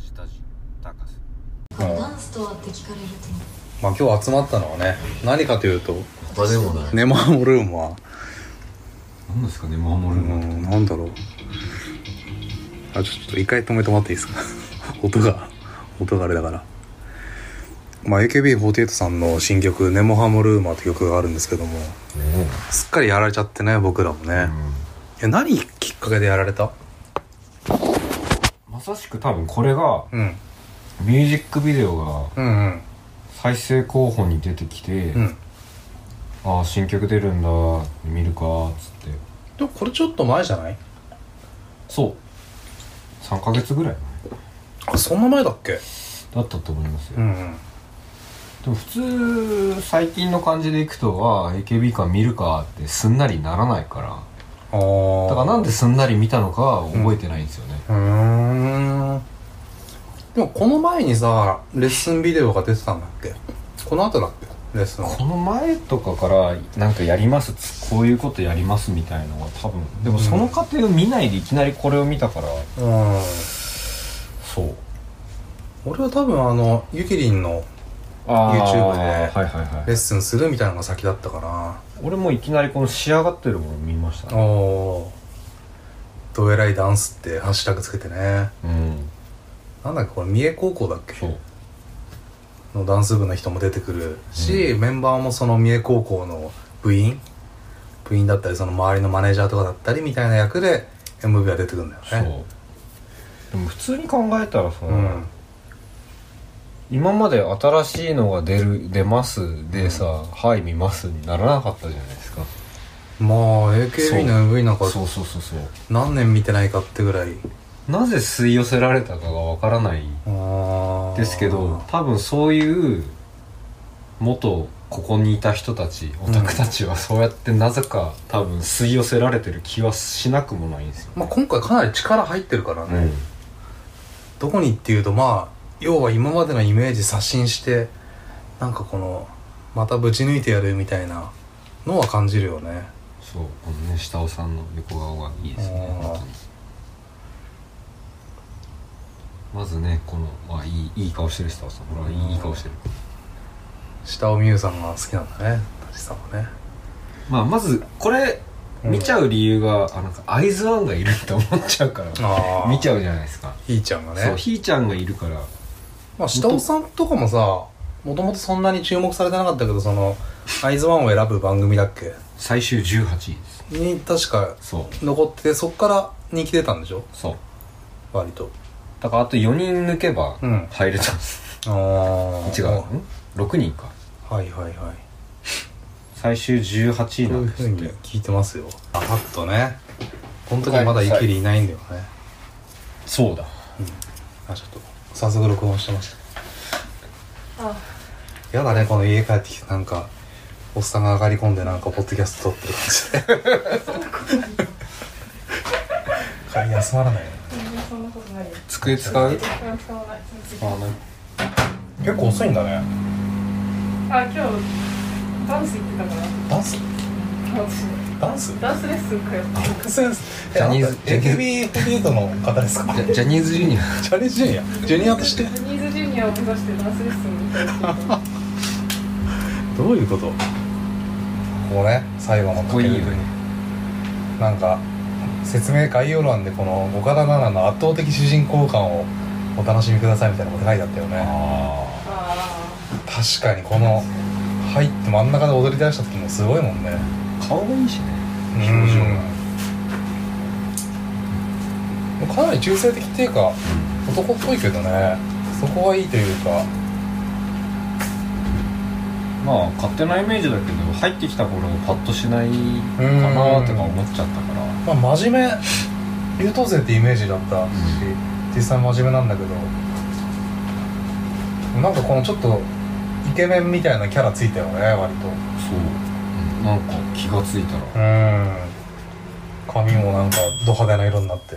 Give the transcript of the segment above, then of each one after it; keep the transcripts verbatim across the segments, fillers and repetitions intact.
下地高瀬。 ダンスとはって聞かれると、 まあ今日集まったのはね、何かというと他でもない。 ネモハモルームは何ですかネモハモルームって。 うんなんだろう。あ、ちょっと一回止めてもらっていいですか音が音があれだから。まあ エーケービーフォーティーエイト さんの新曲ネモハモルーマーという曲があるんですけども、すっかりやられちゃってね、僕らもね、うん、え何きっかけでやられた？ まさしく多分これが、 うん、 ミュージックビデオがうんうん再生候補に出てきて、うん、ああ新曲出るんだ見るかっつって。 でもこれちょっと前じゃない？ そうさんかげつぐらい前。あ、そんな前だっけ？ だったと思いますよ、 うんうん、 でも普通最近の感じでいくとは エーケービー か見るかってすんなりならないから、あだからなんですんなり見たのかは覚えてないんですよね。 うん、うーんでもこの前にさレッスンビデオが出てたんだっけ？この後だっけレッスン？ この前とかからなんかやりますこういうことやりますみたいなのは多分でもその過程を見ないでいきなりこれを見たから、うん、そう俺は多分あのゆきりんの YouTube でレッスンするみたいなのが先だったかな。 俺もいきなりこの仕上がってるもの見ましたね。 おーどえらいダンスってハッシュタグつけてね、うん、なんだっけこれ三重高校だっけそうのダンス部の人も出てくるし、うん、メンバーもその三重高校の部員部員だったりその周りのマネージャーとかだったりみたいな役で エムブイ が出てくるんだよね。そうでも普通に考えたらさ、うん、今まで新しいのが出る出ますでさ、うん、はい見ますにならなかったじゃないですか。 まあ エーケービー の エムブイ なんかそうそうそうそう何年見てないかってぐらいなぜ吸い寄せられたかがわからないですけど、多分そういう元ここにいた人たちオタクたちはそうやってなぜか多分吸い寄せられてる気はしなくもないんですよ、ね。 まあ、今回かなり力入ってるからね、うん、どこにっていうとまあ要は今までのイメージ刷新してなんかこのまたぶち抜いてやるみたいなのは感じるよね。 そうこのね下尾さんの横顔がいいですね本当に。まずねこの、まあ、いい、いい顔してる下尾さんほらいい顔してる下尾美優さんが好きなんだね舘さんはね。 まあまずこれ見ちゃう理由が、うん、あなんかアイズワンがいるって思っちゃうから見ちゃうじゃないですか。 ひーちゃんがねそうひーちゃんがいるからまあ下尾さんとかもさもともとそんなに注目されてなかったけどそのアイズワンを選ぶ番組だっけ最終じゅうはちいですに確か残っててそっから人気出たんでしょ。 そう割とだからあとよにん抜けば入れたんです、うん、ああ違うろくにんかはいはいはい最終じゅうはちいなんですって。 そういう風に聞いてますよ。あパッとねこの時まだイキリいないんだよね。 そうだ、 うん、あちょっと早速録音してました。あやだねこの家帰ってきてなんかおっさんが上がり込んでなんかポッドキャスト撮ってる感じで休まらないよね。 そんなことないよ。 机使う？ 使わない。 使わない。 結構遅いんだね。 あ、今日ダンス行ってたから。 ダンス？ダンス？ ダンスレッスン通って。 ダンスレッスン。 ジャニーズエーケービーフォーティーエイト の方ですか？ ジャニーズジュニア。 ジャニーズジュニア。ジュニアとして。 ジャニーズジュニアを目指してダンスレッスンに行って。 どういうこと？ここね最後のここいいよね。 なんか。説明概要欄でこの岡田奈々の圧倒的主人公感をお楽しみくださいみたいなこと書いてあったよね。あ確かにこの入って真ん中で踊り出した時もすごいもんね。 顔がいいしね表情がかなり中性的っていうか、うん、男っぽいけどねそこはいいというかまあ勝手なイメージだけど入ってきた頃パッとしないかなとか思っちゃったからまあ真面目優等生ってイメージだったし、うん、実際真面目なんだけどなんかこのちょっとイケメンみたいなキャラついたよね割と。 そう、うん、なんか気がついたらうん髪もなんかド派手な色になって、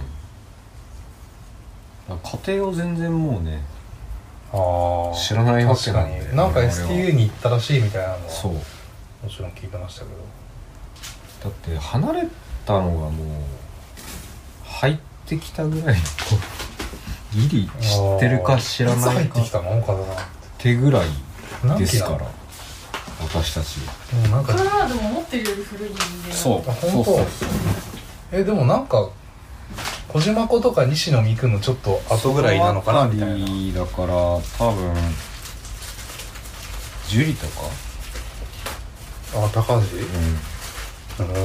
うん、家庭を全然もうねあ知らないわけなんで確かになんか エスティーユー に行ったらしいみたいなのはそうもちろん聞いてましたけどだって離れたのがもう入ってきたぐらいのギリ知ってるか知らないかいつ入ってきたの岡田さんってぐらいですから私たちもうなんかカナダも持ってるより古いんで。 そうあ本当そうそうそうえでもなんか小島子とか西野美久のちょっと後ぐらいなのかなみたいな。 だから多分樹里とかあ高橋うんうん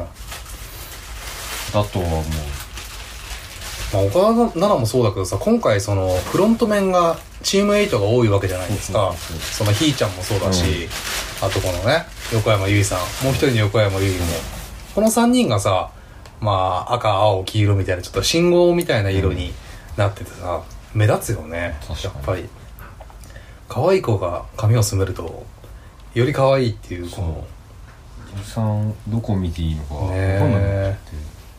だとは思う。 まあ、岡田奈々もそうだけどさ、今回そのフロント面がチームエイトが多いわけじゃないですか。 そうそうそうそのひーちゃんもそうだし、あとこのね横山由依さん、もう一人の横山由依も、このさんにんがさ、まあ赤青黄色みたいなちょっと信号みたいな色になっててさ、目立つよね。 確かにやっぱり可愛い子が髪を染めるとより可愛いっていうこのおじさんどこ見ていいのか分かんねないえって。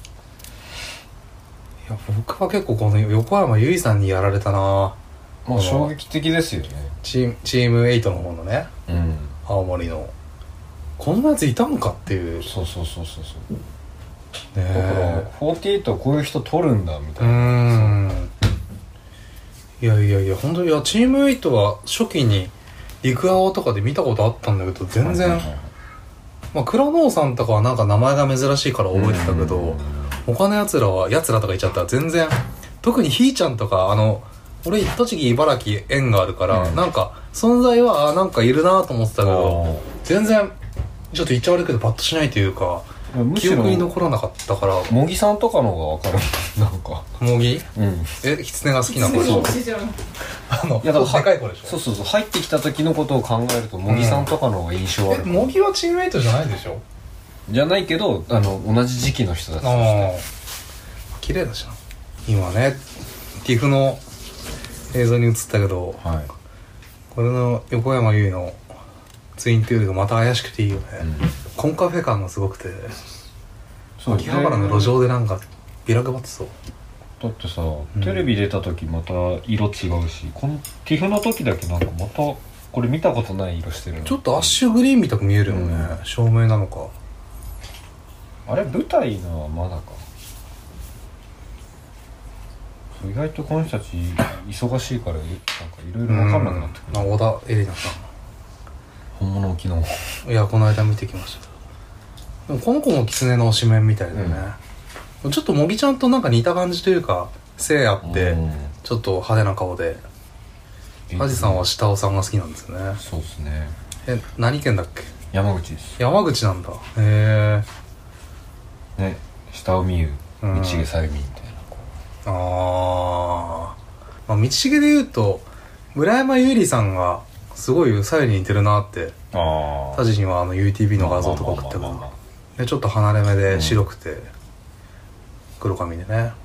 いや僕は結構この横山由依さんにやられたな。 まあ衝撃的ですよね。 チームチームエイトの方のね、 うん青森のこんなやついたんかっていうねそうそうそうそうそうえ。 だからフォーティーエイトはこういう人取るんだみたうーいな。 んいやいやいや本当に、いやチームエイトは初期に陸青とかで見たことあったんだけど全然、 はいはいはいまあ倉能さんとかはなんか名前が珍しいから覚えてたけど、他のやつらはやつらとか言っちゃったら全然、特にひーちゃんとか、あの俺栃木茨城縁があるから、 うんなんか存在はあなんかいるなと思ってたけど全然ちょっと言っちゃ悪いけどパッとしないというか記むしろ憶に残らなかったから。 茂木さんとかの方が分かるなんかもぎうんえ狐が好きな子すごい推しじゃん。 あのいやだからでかい子でしょ。 そうそうそう入ってきた時のことを考えると茂木さんとかの方が印象ある、 えもぎはチームメイトじゃないでしょ。 じゃないけどあの同じ時期の人たちとしてああ綺麗だしな。今ねティフの映像に映ったけど、 はい、 これの横山由依のツインテールがまた怪しくていいよね、 うんコンカフェ感がすごくて、 そう秋葉原の路上でなんかビラ配ってそう。 だってさ、 んテレビ出た時また色違うし、このティフの時だけなんかまたこれ見たことない色してるの。 ちょっとアッシュグリーンみたく見えるよね、 うん照明なのか。 あれ舞台のはまだか。そう意外とこの人たち忙しいからなんかいろいろ分かんなくなってくる、 うん、あ小田絵里奈さ本物沖縄。 ん、いやこの間見てきました。でもこの子も狐の推しメンみたいだよね、ちょっともぎちゃんとなんか似た感じというか背あって、 うんちょっと派手な顔で、ハジさんは下尾さんが好きなんですよね。 そうですね。 え何県だっけ。 山口です山口なんだ。へえ。 ね。下を見るうん道毛さゆみみたいな子。 あー、まあ道重で言うと村山優里さんがすごいさゆに似てるなって。 あタジにはあの ユーティービー の画像とか送ったけまあまあまあまあど、でちょっと離れ目で白くて、黒髪でね。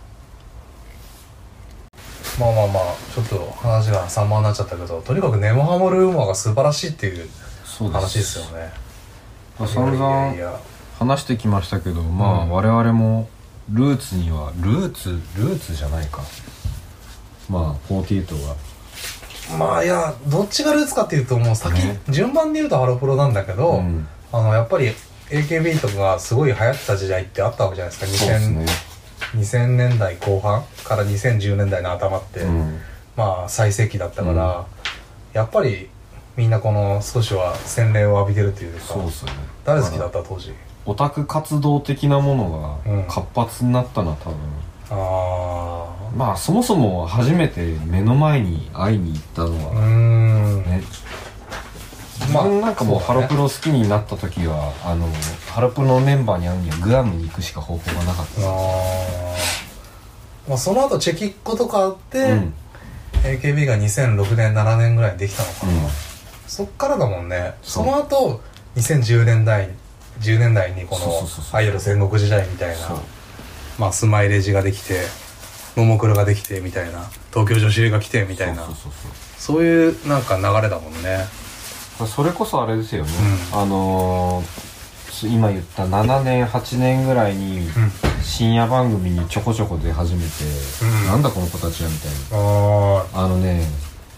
まあまあまあちょっと話が散漫になっちゃったけど、とにかくネモハモルーマーが素晴らしいっていうそう話ですよね。 散いやいや 々 いや話してきましたけど、まあ、 うん我々もルーツにはルーツルーツじゃないか、まあフォーティーエイトがまあいやどっちがルーツかっていうともう先、 ね順番で言うとハロプロなんだけど、 うんあのやっぱり エーケービー とかがすごい流行ってた時代ってあったわけじゃないですか。 そうですね、 にせんねんだいこう半からにせんじゅうねんだいの頭って、 うん、 まあ最盛期だったから、やっぱりみんなこの少しは洗礼を浴びてるっていうか。 そうっすよね。 誰好きだった当時。 オタク活動的なものうんが活発になったのは多分、 あまあそもそも初めて目の前に会いに行ったのあうーはん、 ね、自分なんかもうハロプロ好きになった時は、あのハロプロのメンバーに会うにはグアムに行くしか方法がなかった。 あー、まあ、その後チェキッコとかあって、 うんエーケービー がにせんろくねんななねんぐらいにできたのかな、 うんそっからだもんね。 そそうの後にせんじゅうねんだいじゅうねんだいにこそうそうのそうそうアイドル戦国時代みたいな、 そうまあスマイレージができてももクロができてみたいな、東京女子が来てみたいな、 そうそうそうそういうなんか流れだもんね。 そうそれこそあれですよね、 うんあのー今言ったななねんはちねんぐらいにうん深夜番組にちょこちょこ出始めて、 うんなんだこの子たちはみたいな。 ああのね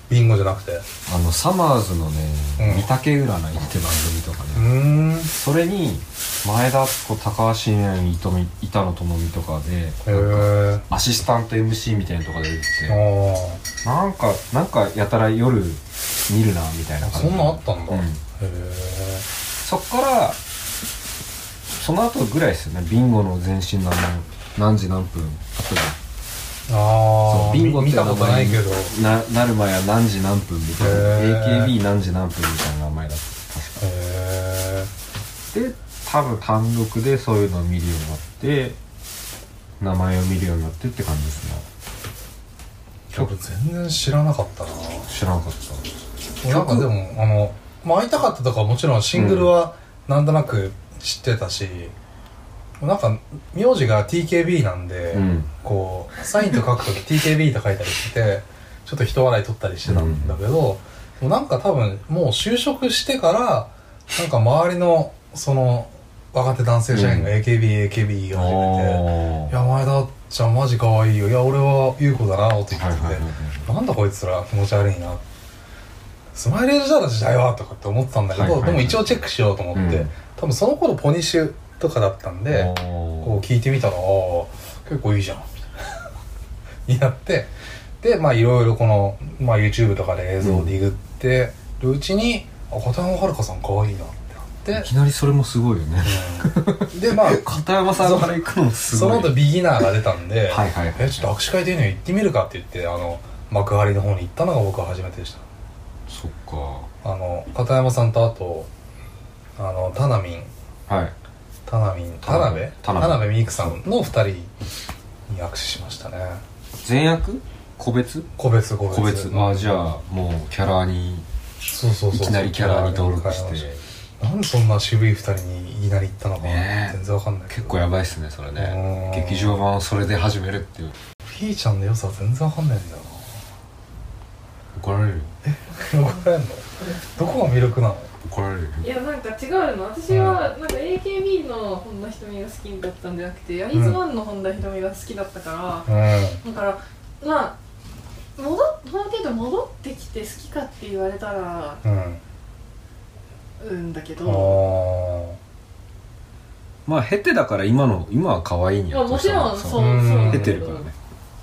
ビンゴじゃなくて。 あのサマーズのね、 うん御嶽占いって番組とかうね、 ーん。 それに前田敦子、高橋由美、板野友美とかでへー。 アシスタント エムシー みたいなとこで出てあて、なんかなんかやたら夜見るなみたいなあ。 感じで。 そんなんあったんだ。 うん、 へそっからその後ぐらいですよね。ビンゴの前身のあの何時何分あったじゃん。 ー。ああ。 ビンゴ見たことないけど。 ななる前は何時何分みたいな、 へーエーケービー 何時何分みたいな名前だった確か。 へで多分単独でそういうのを見るようになって名前を見るようになってって感じですね。 ー。僕全然知らなかったな。 知らなかった。 なんかでもあの、まあ、会いたかったとかもちろんシングルはなんとなく知ってたし、うん、なんか名字が ティーケービー なんで、うん、こうサインと書くとき ティーケービー と書いたりしてちょっと人笑い取ったりしてたんだけど、うん、なんか多分もう就職してからなんか周りのその若手男性社員が エーケービー、エーケービー を始めて、いや前田ちゃんマジ可愛いよ、いや俺は優子だなって言ってて、はいはいはいはい、なんだこいつら気持ち悪いな、スマイレージだら時代はとかって思ってたんだけど、はいはいはい、でも一応チェックしようと思って、うん、多分その頃ポニッシュとかだったんでこう聞いてみたら、あ結構いいじゃんになって、でまあいろいろこの、まあ、YouTube とかで映像をディグってるうちに、うん、あ片山遥さん可愛いなってなって、 いきなりそれもすごいよね、 うん、でまあ片山さんから行くのもすごい。 その後ビギナーが出たんではいはい、はい、 えちょっと握手会というのに行ってみるかって言ってあの幕張の方に行ったのが僕は初めてでした。 そっか。 あの片山さんとあとあのタナミン、 はい、 タナミン田辺田辺美久さんのふたりに握手しましたね。 全役個別個別個別個別、まあじゃあもうキャラにそうそうそうそういきなりキャラに登録して、 なんでそんな渋いふたりにいきなり行ったのか、ね、全然わかんないけど結構やばいっすねそれね。劇場版をそれで始めるっていう。 ひーちゃんの良さは全然わかんないんだよな。 怒られるよ。 え怒られるのどこが魅力なの。 怒られるよ。 いやなんか違うの。私はなんか エーケービー の本田仁美が好きだったんじゃなくて、アイズワンの本田仁美が好きだったから、うん、だからまあ戻その程度戻ってきて好きかって言われたらうんうんだけど、 まあ経てだから今の今は可愛いんや。 まあもちろんそうそう経てるからね。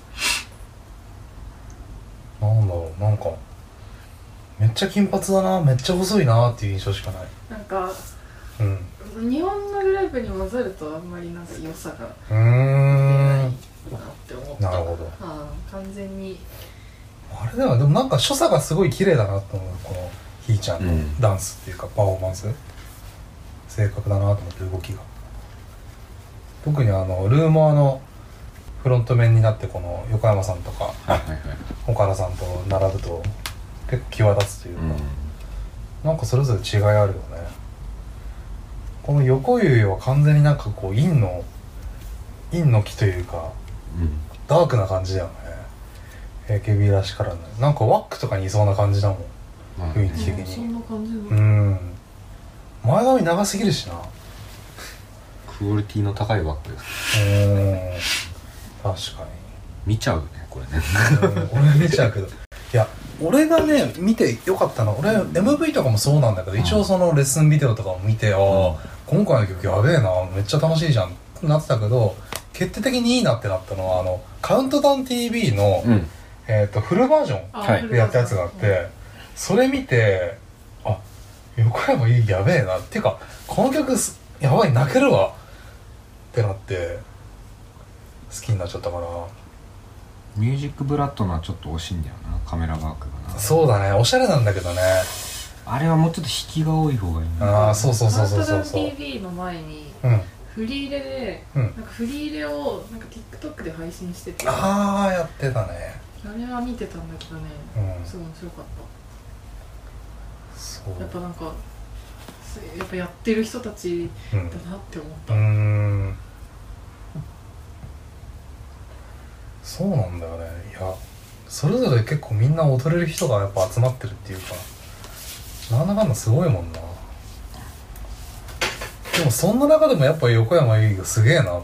なんだろう、なんかめっちゃ金髪だな、めっちゃ細いなっていう印象しかない。 なんか、うん、日本のグループに混ざるとあんまりなんか良さが出ないなって思った。 なるほど、 はあ、完全にあれだよ。でもなんか所作がすごい綺麗だなと思う、このひーちゃんのダンスっていうか、うん、パフォーマンス正確だなと思って動きが。特にあのルーモアのフロント面になってこの横山さんとか、はいはいはい、岡田さんと並ぶと結構際立つというか、うん、なんかそれぞれ違いあるよね。この横湯は完全になんかこう陰の陰の木というか、うん、ダークな感じだよね。 エーケービー らしからね。なんかワックとかにいそうな感じだもん、まあ、雰囲気的に、うん、 そんな感じだ。 うん前髪長すぎるしな。 クオリティの高いバッグです。 うん確かに見ちゃうねこれね俺見ちゃうけど、いや俺がね見てよかったのは、俺 エムブイ とかもそうなんだけど、うん、一応そのレッスンビデオとかも見て、うん、ああ今回の曲やべえな、めっちゃ楽しいじゃんってなってたけど、決定的にいいなってなったのはあのカウントダウン ティーブイ の、うんえー、とフルバージョンでやったやつがあって、はい、それ見てあ横山いいやべえなっていうか、この曲やばい泣けるわってなって好きになっちゃったから。 ミュージックブラッドのはちょっと惜しいんだよな、カメラワークがな。 そうだね、おしゃれなんだけどね。 あれはもうちょっと引きが多い方がいいな。 ああそうそうそうそうそう。 カウントダウン ティーブイ の前に、うん、フリー入れで、うん、なんかフリー入れをなんか TikTok で配信してて、 ああやってたね。 あれは見てたんだけどね、うん、すごい面白かった。そうやっぱなんかやっぱやってる人たちだなって思った。うん、うんそうなんだよね。いやそれぞれ結構みんな踊れる人がやっぱ集まってるっていうか、なんだかんだすごいもんな。でもそんな中でもやっぱ横山由依がすげえなと思って、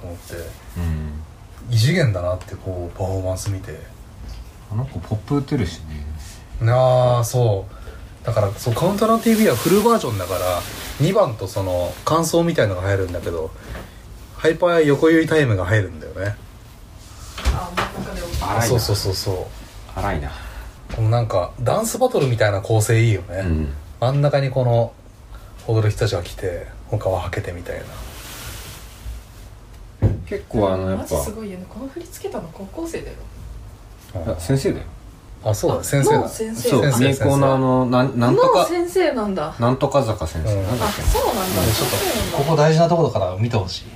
うん、異次元だなってこうパフォーマンス見て。 あの子ポップ打てるしね。 うああそうだからそうカウントダウン ティーブイ はフルバージョンだからにばんとその感想みたいのが入るんだけどハイパーや横酔いタイムが入るんだよね。 あ真ん中であそうそうそうそう荒いな。 このなんかダンスバトルみたいな構成いいよね、うん、真ん中にこの踊る人たちが来て他ははけてみたいな。 結構あのやっぱマジすごいよね。この振り付けたの高校生だよ。 あ先生だよ。 あそうだ先生だ先生そう名工のあのなんなんとか先生なんだなんとか坂先生、うん、なんだっけ。 あそうなんだ、うん、ちょっとここ大事なところだから見てほしい。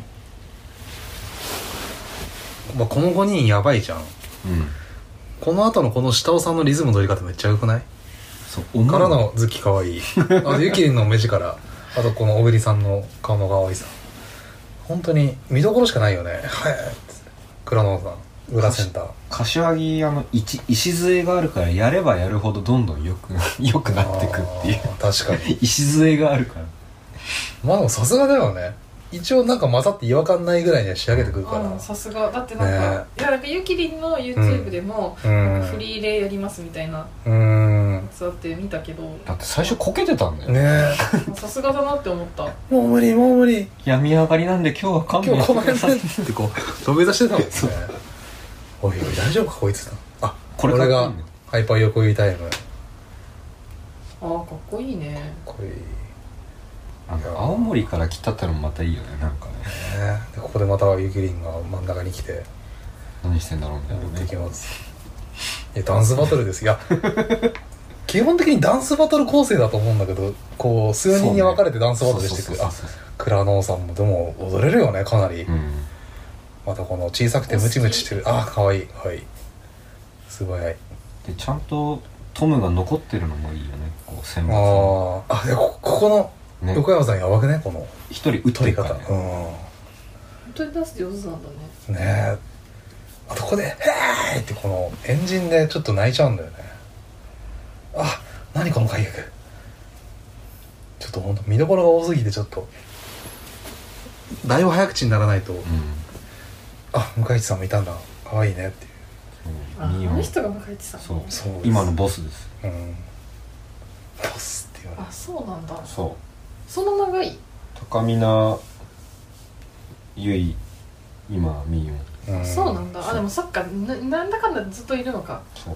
まあ、このごにんやばいじゃん、うん、この後のこの下尾さんのリズムの取り方めっちゃ良くない？そうからのズッキーかわいいあとゆきりんの目力あとこの小栗さんの顔のかわいさ本当に見どころしかないよね。はい倉野さん裏センター柏木あの礎があるからやればやるほどどんどんよくよくなってくっていう確かに礎があるからまあでもさすがだよね。一応なんか混ざって違和感ないぐらいには仕上げてくるからさすがだってなんか、ね、いやなんかゆきりんの YouTube でも、うん、なんかフリーでやりますみたいなうんそうやって見たけどだって最初こけてたんだよねさすがだなって思った。 もう無理もう無理病み上がりなんで今日は勘弁してくださいってこう土下座してたもんねおいおい大丈夫かこいつあこれがハイパー横酔いタイム。 あーかっこいいね。 かっこいい。 なんか青森から来たってのもまたいいよねなんかね。 ねでここでまたゆきりんが真ん中に来て何してんだろうみたいなね。 できます。いやダンスバトルです。いや基本的にダンスバトル構成だと思うんだけどこう数人に分かれてダンスバトルしてくる。あ倉野さんもでも踊れるよねかなり、うん、またこの小さくてムチムチしてるあかわいいかわいい素早いでちゃんとトムが残ってるのもいいよねこう選抜ああで こ, ここのね、横山さんやばくねこの一人打ってるからね、 うん、本当にダンス上手なんだね。 ねえあとここで「ヘーイ!」ってこのエンジンでちょっと泣いちゃうんだよね。あ何この開脚ちょっとほんと見どころが多すぎてちょっとだいぶ早口にならないと、うん、あ向井地さんもいたんだかわいいねっていう。 ああの人が向井地さんそうそう今のボスです、うん、 ボスって言われる。 あそうなんだ。 そうその長い高見なゆい今みーよんそうなんだ。あでもそっか な, なんだかんだずっといるのか。 そう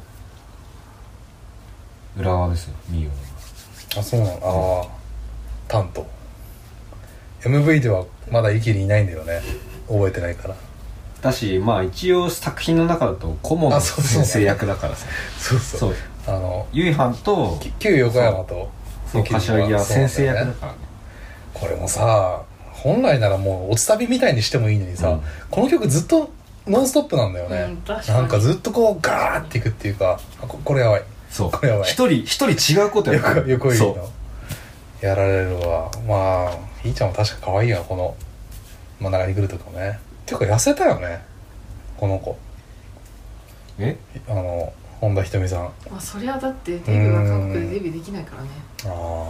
浦和ですよみーよんあそうなんだ。ああ担当 エムブイ ではまだゆきりいないんだよね覚えてないからだしまあ一応作品の中だと顧問の先生役だからさそうそうそうあのゆいはんと旧横山とそう柏木は先生役だからね。 これもさ本来ならもうおつたびみたいにしてもいいのにさ、うん、この曲ずっとノンストップなんだよね、うん、なんかずっとこうガーっていくっていうかこ, これやばいそうこれやばい一人一人違うことやる横いいのやられるわ。まあひーちゃんも確か可愛いよこの真ん中に来るとかね。っていうか痩せたよねこの子。 えあの本田ひとみさん。 あそりゃだってデビューは韓国でデビューできないからね。 あ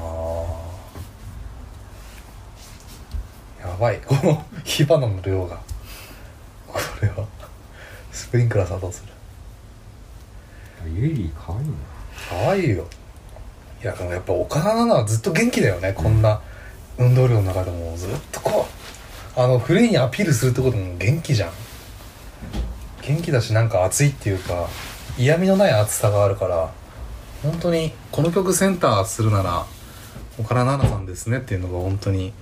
あやばいこの火花の量がこれはスプリンクラー作動する。 ユイリーかわいいな。 かわいいよ。いやでもやっぱ岡田奈々はずっと元気だよね、うん、こんな運動量の中でもずっとこうあのフリーにアピールするところでも元気じゃん。元気だしなんか熱いっていうか嫌味のない熱さがあるから本当にこの曲センターするなら岡田奈々さんですねっていうのが本当に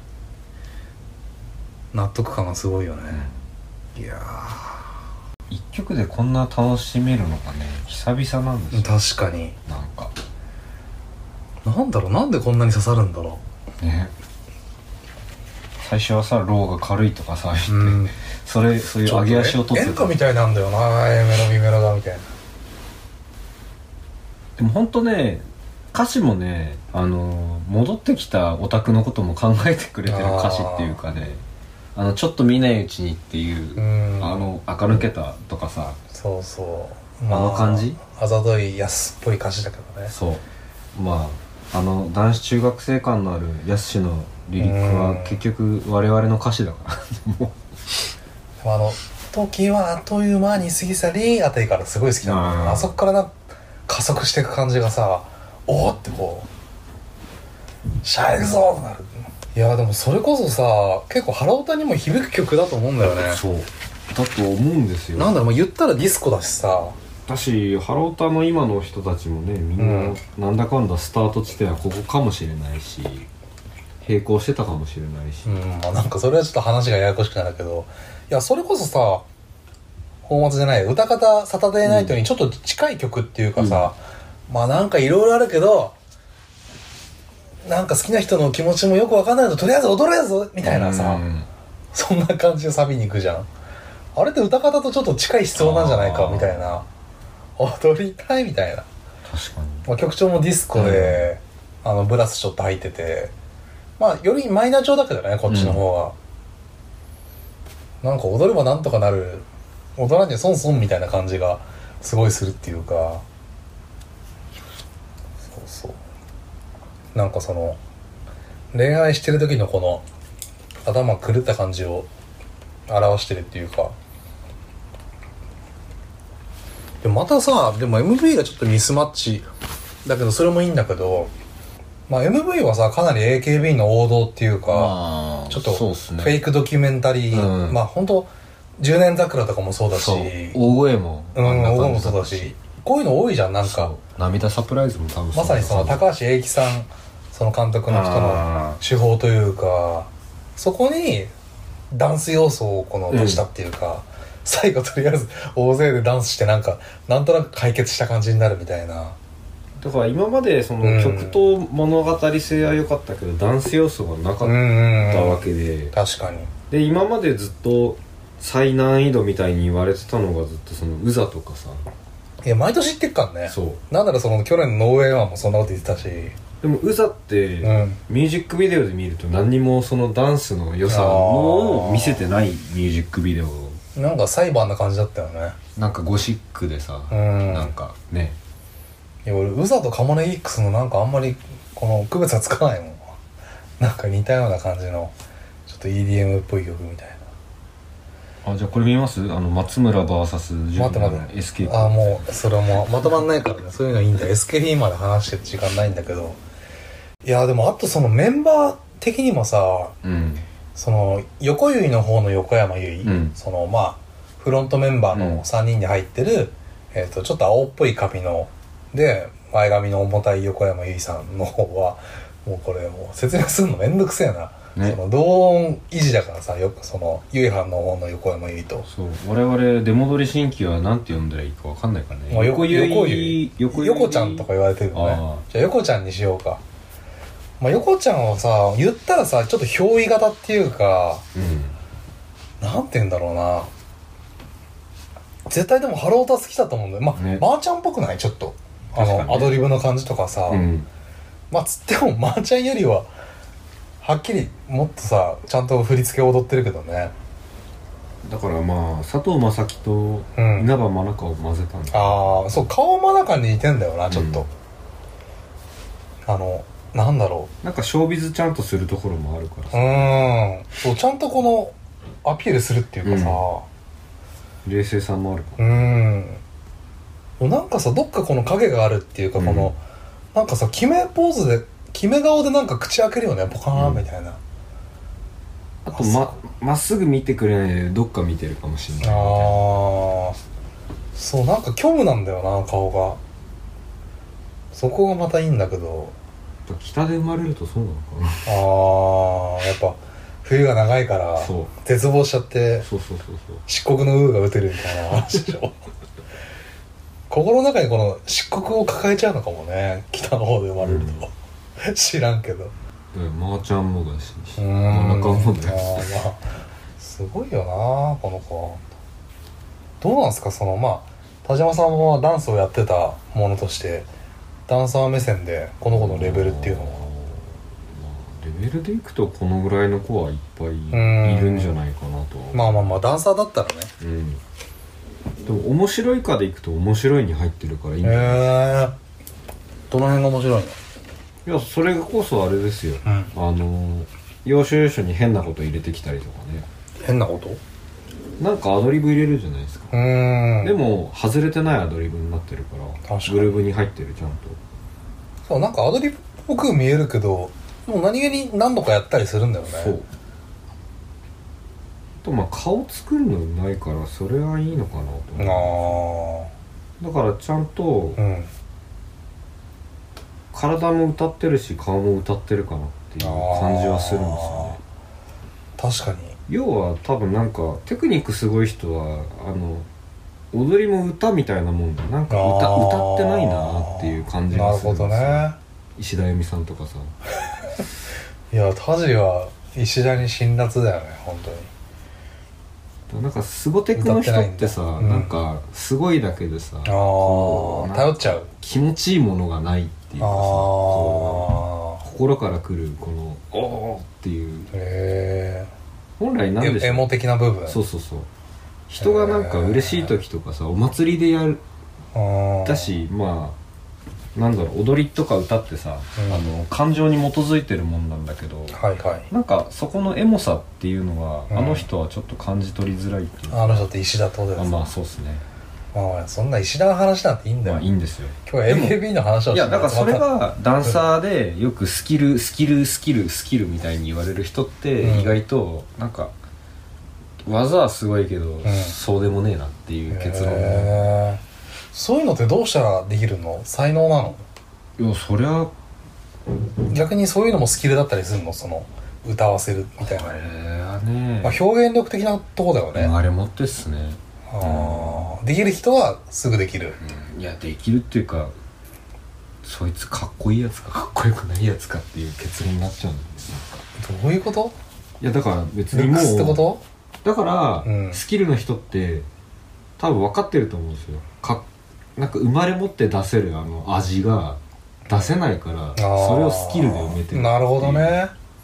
納得感がすごいよね、うん、いやー一曲でこんな楽しめるのがね久々なんですよ。 確かになんかなんだろうなんでこんなに刺さるんだろうね。 最初はさローが軽いとかさ言って、うん、それそういう上げ足を取って演歌みたいなんだよなエメロミメロだみたいな。 でもほんとね歌詞もねあの戻ってきたオタクのことも考えてくれてる歌詞っていうかねあのちょっと見ないうちにっていう、うん、あの垢抜けたとかさそうそう、まあ、 あの感じあざとい安っぽい歌詞だけどね。 そうまああの男子中学生感のある安のリリックは結局我々の歌詞だからもうあの時はあっという間に過ぎ去りあたりからすごい好きなの。 あ, あそこからな歌加速していく感じがさ、おおってこうシャイ行くぞってなる。いやでもそれこそさ結構腹歌にも響く曲だと思うんだよね。 そうだと思うんですよ。 なんだろう、言ったらディスコだしさ、 だしハロータの今の人たちもねみんななんだかんだスタート地点はここかもしれないし並行してたかもしれないし、 うん、まあなんかそれはちょっと話がややこしくなるけど、いやそれこそさ本末じゃない歌方サタデーナイトにちょっと近い曲っていうかさ、うん、まあなんかいろいろあるけどなんか好きな人の気持ちもよくわかんないけどとりあえず踊れるぞみたいなさ、うん、そんな感じでサビに行くじゃん。あれって歌方とちょっと近い思想なんじゃないかみたいな、踊りたいみたいな。 確かに、 まあ、曲調もディスコで、うん、あのブラスちょっと入ってて、まあよりマイナー調だけどねこっちの方が、うん、なんか踊ればなんとかなる、踊らんには損損みたいな感じがすごいするっていうか、そうそうなんかその恋愛してる時のこの頭狂った感じを表してるっていうか。でもまたさ、でも エムブイ がちょっとミスマッチだけどそれもいいんだけど、まあ エムブイ はさかなり エーケービー の王道っていうか、まあ、ちょっとフェイクドキュメンタリー、うん、まあほんとじゅうねん桜とかもそうだし、 大声もうん大声もそうだし、こういうの多いじゃん。なんか涙サプライズも多分まさにその高橋英樹さん、その監督の人の手法というか、そこにダンス要素をこの足したっていうか、うん、最後とりあえず大勢でダンスしてなんかなんとなく解決した感じになるみたいな。 だから今までその曲と物語性は良かったけど、うん、ダンス要素がなかったわけで、うんうん、 確かに。 で今までずっと最難易度みたいに言われてたのがずっとそのウザとかさ、 いや毎年言ってっからね。 そうなんならその去年のノーウェイワンもそんなこと言ってたし、 でもウザってミュージックビデオで見ると何にもそのダンスの良さを見せてないミュージックビデオ、 なんか裁判な感じだったよね。 なんかゴシックでさ、うん、なんかね、 いや俺ウザとカモネギックスのなんかあんまりこの区別はつかないもん。なんか似たような感じのちょっと イーディーエム っぽい曲みたいな。あ、じゃあこれ見ます？あの松村 ブイエス待って待ってエスケーピー。 あ、もうそれはもうまとまんないからね。そういうのいいんだ。エスケーピー まで話してる時間ないんだけど、いやでもあとそのメンバー的にもさ、うん、その横結の方の横山由依、うん、そのまあフロントメンバーのさんにんで入ってる、うん、えーとちょっと青っぽい髪ので前髪の重たい横山由依さんの方はもうこれもう説明するのめんどくせえな、ね、その同音維持だからさ、よくその由依藩の方の横山由依と、 そう我々出戻り新規はなんて呼んだらいいか分かんないからね、 まあ、横由依横ちゃんとか言われてるのね。じゃあ横ちゃんにしようか。まあ、横ちゃんはさ言ったらさちょっと憑依型っていうか、うん、なんて言うんだろうな、絶対でもハロータ好きだと思うんだよ。まあ、ね、マーちゃんっぽくない？ちょっとあの、ね、アドリブの感じとかさ、うん、まあつってもマーちゃんよりははっきりもっとさちゃんと振り付け踊ってるけどね。 だからまあ佐藤正樹と稲葉真中を混ぜたんだ、 うん、ああそう顔真中に似てんだよなちょっと、うん、あのなんだろう、なんかショービズちゃんとするところもあるからさ、うーんそうちゃんとこのアピールするっていうかさ、 うん、冷静さもあるから、 うんなんかさどっかこの影があるっていうか、うん、このなんかさ決めポーズで決め顔でなんか口開けるよねポカーンみたいな、うん、 あとままっすぐ見てくれないでどっか見てるかもしれないみたいな。ああそうなんか虚無なんだよな顔が。そこがまたいいんだけど、 北で生まれるとそうなのかな。 ああやっぱ冬が長いから絶望しちゃって、 そうそうそうそう漆黒のウーが打てるみたいな話でしょ。心の中にこの漆黒を抱えちゃうのかもね北の方で生まれると、うん、知らんけどマーちゃんもだし真中もだし、 まあ、すごいよなこの子。どうなんすかそのまあ田島さんはダンスをやってたものとしてダンサー目線でこの子のレベルっていうのは、まあ、レベルでいくとこのぐらいの子はいっぱいいるんじゃないかなと。 まあまあまあダンサーだったらね、 うん、でも面白いかでいくと面白いに入ってるからいいんじゃないですか。 へーどの辺が面白いの？ いやそれこそあれですよ、うん、あの要所要所に変なこと入れてきたりとかね。 変なこと？ なんかアドリブ入れるじゃないですか。 うーんでも外れてないアドリブになってるから確かにグルーブに入ってるちゃんと。 そうなんかアドリブっぽく見えるけどもう何気に何度かやったりするんだよね。 そうとまあ顔作るのないからそれはいいのかなと思う。 あだからちゃんとあうん体も歌ってるし顔も歌ってるかなっていう感じはするんですよね。 確かに要は多分なんかテクニックすごい人はあの踊りも歌みたいなもんでなんか歌歌ってないなっていう感じがするんですよ。 なるほどね。 石田由美さんとかさいやタジは石田に辛辣だよね本当に。 なんかスゴテクの人ってさ、 歌ってないんだうんなんかすごいだけでさあこうあ頼っちゃう。 気持ちいいものがないっていうかさあこうあ心から来るこのおーっていうへ本来なんでしょうえエモ的な部分。 そうそうそう人がなんか嬉しい時とかさお祭りでやるあだしまあなんだろう踊りとか歌ってさ、 うんあの感情に基づいてるもんなんだけどはいはいなんかそこのエモさっていうのは、 うんあの人はちょっと感じ取りづらいっていうかあの人って石田ってことですあまあそうっすねまあそんな石田の話なんていいんだよ、 まあいいんですよ。 今日は エーケービー の話をしていやだからそれがダンサーでよくスキルスキルスキルスキルみたいに言われる人ってうん意外となんか技はすごいけど、 んそうでもねえなっていう結論。 へーそういうのってどうしたらできるの？才能なの？ いやそりゃ逆にそういうのもスキルだったりするの？その歌わせるみたいな、 あれはね、 まあ、表現力的なとこだよね、 あれもってっすね。 あーできる人はすぐできる、 うんいやできるっていうかそいつかっこいいやつかかっこよくないやつかっていう結論になっちゃうんですよ。 どういうこと？ いやだから別ルックにもうスってこと？ だから、 うんスキルの人って多分分かってると思うんですよ。かなんか生まれ持って出せるあの味が出せないからそれをスキルで埋めてる。 なるほどね。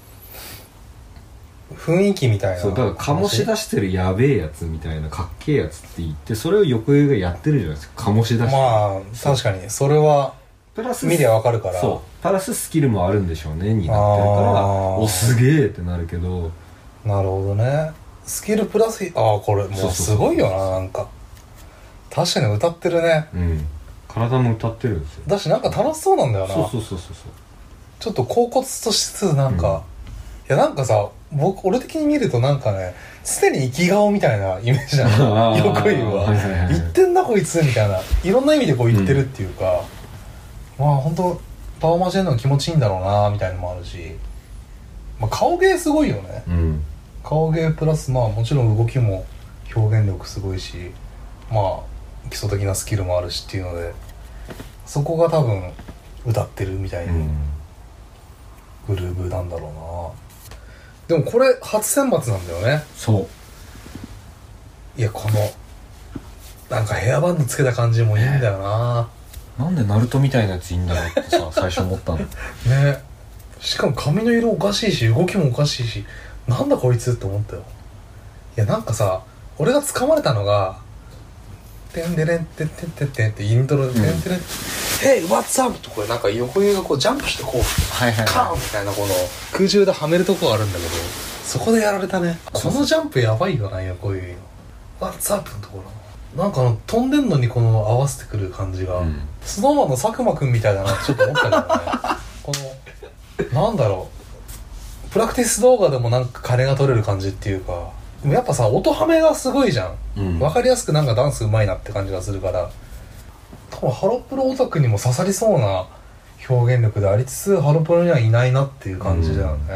雰囲気みたいな。 そうだから醸し出してるやべえやつみたいなかっけえやつって言ってそれを横上がやってるじゃないですか。醸し出してまあ確かにそれはプラス見りゃわかるから。 そうプラススキルもあるんでしょうねになってるからあーおすげえってなるけどなるほどね。スキルプラスああこれもうすごいよな。なんか確かに歌ってるね。 うん体も歌ってるんですよ。 だしなんか楽しそうなんだよな。 そうそうそうそうそうちょっと恍惚としつつなんか、いやなんかさ僕俺的に見るとなんかね常に生き顔みたいなイメージなのあーよく言うわ、 はいはいはい言ってんなこいつみたいないろんな意味でこう言ってるっていうか、まあ本当パワーマジェンのが気持ちいいんだろうなみたいなのもあるし、まあ、顔芸すごいよね。 うん顔芸プラスまあもちろん動きも表現力すごいしまあ基礎的なスキルもあるしっていうのでそこが多分歌ってるみたいなグルーブなんだろうな。でもこれ初選抜なんだよね。 そういやこのなんかヘアバンドつけた感じもいいんだよな。 なんでナルトみたいなやついいんだろうってさ最初思ったの。 ねしかも髪の色おかしいし動きもおかしいしなんだこいつって思ったよ。いやなんかさ俺が掴まれたのがてんでれんてんてんてんてんってイントロでてんてれんヘイ What's up とこれなんか横湯がこうジャンプしてこうはいはいカーンみたいなこの空中ではめるとこがあるんだけどそこでやられたね。このジャンプやばいよな横湯の What's up のところなんかあの飛んでんのにこの合わせてくる感じが、うん、スノーマンの佐久間くんみたいだなってちょっと思ったけどねこのなんだろうプラクティス動画でもなんか金が取れる感じっていうかでもやっぱさ音ハメがすごいじゃん、うん、分かりやすくなんかダンスうまいなって感じがするから多分ハロプロオタクにも刺さりそうな表現力でありつつハロプロにはいないなっていう感じだよね、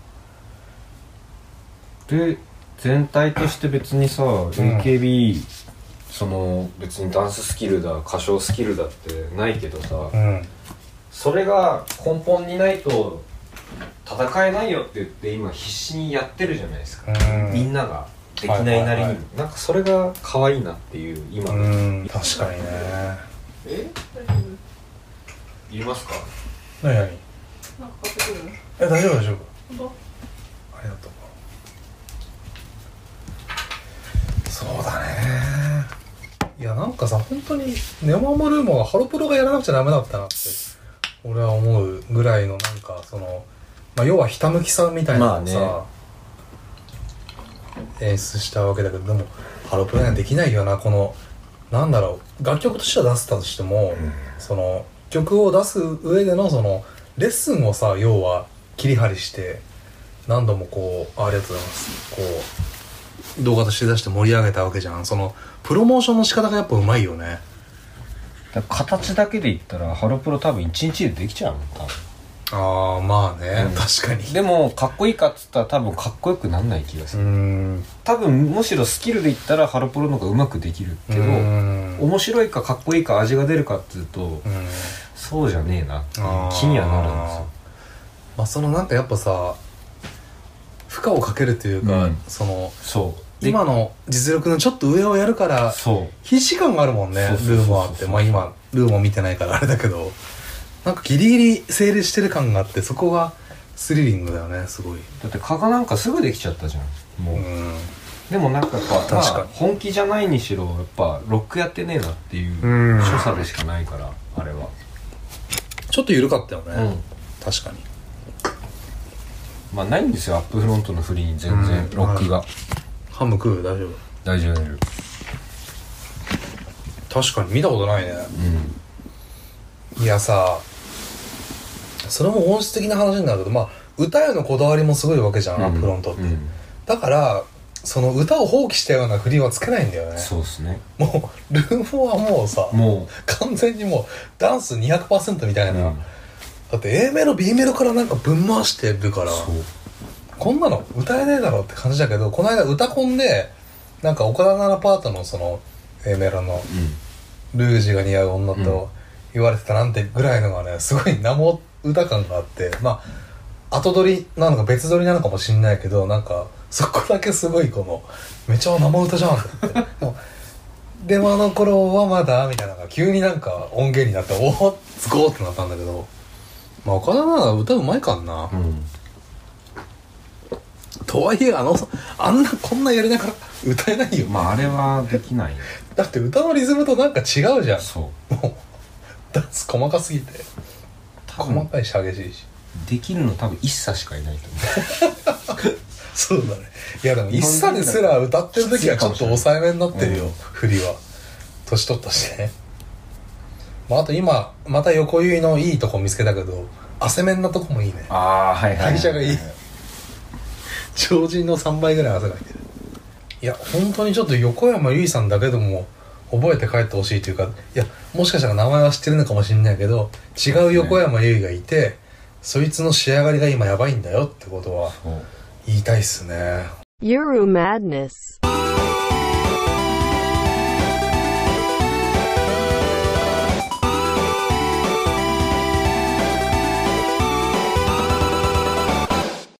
うん、で全体として別にさ、うん、エーケービー その別にダンススキルだ歌唱スキルだってないけどさ、うん、それが根本にないと戦えないよって言って今必死にやってるじゃないですか、うん、みんなができないなりに、はいはいはい、なんかそれが可愛いなっていう今の、 うん、確かにね。 えいりますか？ 何何？ なんか買ってくるの？ え大丈夫大丈夫。 本当？ ありがとう。そうだね。いやなんかさ本当にネモモルーモはハロプロがやらなくちゃダメだったなって俺は思うぐらいのなんかその、まあ、要はひたむきさみたいなのさ、まあね、 演出したわけだけど、でもハロプロにはできないよな。このなんだろう、楽曲としては出せたとしても、うん、その曲を出す上でのそのレッスンをさ、要は切り張りして何度もこう、ありがとうございます、こう動画として出して盛り上げたわけじゃん。そのプロモーションの仕方がやっぱうまいよね。 だ形だけで言ったらハロプロ多分いちにちでできちゃうもん多分。 ああまあね、うん、確かに。 でもかっこいいかっつったら多分かっこよくなんない気がする。うーん、多分むしろスキルで言ったらハロプロの方がうまくできるけど、面白いかかっこいいか味が出るかっていうと、うそうじゃねえなっていう気にはなるんですよ。 まあそのなんかやっぱさ、負荷をかけるというか、うん、そのそう今の実力のちょっと上をやるから必死感があるもんね。ルーモアって、まあ今ルーモ見てないからあれだけど、なんかギリギリ整理してる感があって、そこがスリリングだよね。すごい。 だって蚊がなんかすぐできちゃったじゃんもう、うん、でもなんかやっぱ確かに、まあ、本気じゃないにしろやっぱロックやってねえなっていう所作でしかないから、あれはちょっと緩かったよね、うん、確かに。 まあないんですよアップフロントの振りに全然、うん、ロックが、はい、 ハム食う？大丈夫？ 大丈夫。 確かに見たことないね、うん、いやさ、それも音質的な話になるけど、まあ歌へのこだわりもすごいわけじゃん、うん、アップフロントって、うん、だからその歌を放棄したような振りはつけないんだよね。 そうですね。 もうルーモはもうさ、もう完全にもうダンス にひゃくパーセント みたいな、うん、だって A メロ B メロからなんかぶん回してるから、そうこんなの歌えねえだろって感じだけど、この間歌コンでなんか岡田奈々パートのその A メロの、うん、ルージュが似合う女と言われてたなんてぐらいのがね、すごい生歌感があって、まあ後撮りなのか別撮りなのかもしんないけど、なんかそこだけすごいこのめちゃ生歌じゃんってもう電話の頃はまだみたいなのが急になんか音源になって、おおすごーってなったんだけど、まあ岡田奈々歌うまいかんな、うん、とはいえあのあんなこんなやりながら歌えないよ。 まああれはできないよ。 だって歌のリズムとなんか違うじゃん。そうもうダンス細かすぎて細かいし激しいし、 できるの多分一茶しかいないと思うそうだね。いやでも一茶ですら歌ってる時はちょっと抑えめになってるよ、うん、振りは年取ったしね。まああと今また横結いのいいとこ見つけたけど、汗面なとこもいいね。 ああはいはい、はい、 代謝がいい超人のさんばいぐらい汗かいてる。いや本当にちょっと横山由依さんだけでも覚えて帰ってほしいというか、いやもしかしたら名前は知ってるのかもしれないけど、違う横山由依がいて、そいつの仕上がりが今やばいんだよってことは言いたいっすね。 Euro Madness